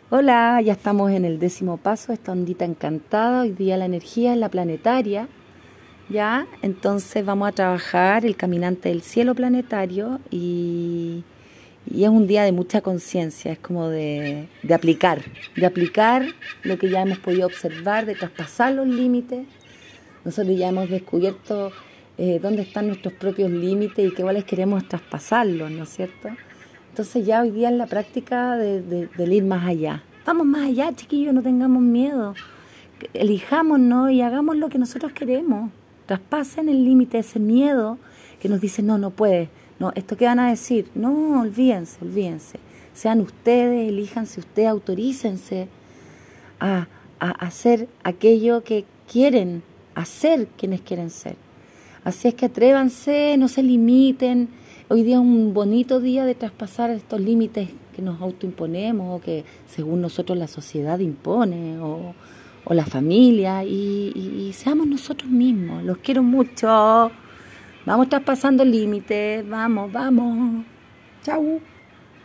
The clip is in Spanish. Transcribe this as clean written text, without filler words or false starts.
Hola, ya estamos en el 10.º paso, esta ondita encantada. Hoy día la energía es la planetaria, ¿ya? Entonces vamos a trabajar el caminante del cielo planetario y es un día de mucha conciencia, es como de aplicar lo que ya hemos podido observar, de traspasar los límites. Nosotros ya hemos descubierto dónde están nuestros propios límites y qué cuáles queremos traspasarlos, ¿no es cierto? Entonces ya hoy día es la práctica del ir más allá. Vamos más allá, chiquillos, no tengamos miedo. Elijámonos y hagamos lo que nosotros queremos. Traspasen el límite, ese miedo que nos dice, no, no puedes. No, ¿esto qué van a decir? No, olvídense. Sean ustedes, elíjanse ustedes, autorícense a hacer aquello que quieren, a ser quienes quieren ser. Así es que atrévanse, no se limiten. Hoy día es un bonito día de traspasar estos límites que nos autoimponemos o que según nosotros la sociedad impone o la familia y seamos nosotros mismos. Los quiero mucho. Vamos traspasando límites. Vamos. Chau.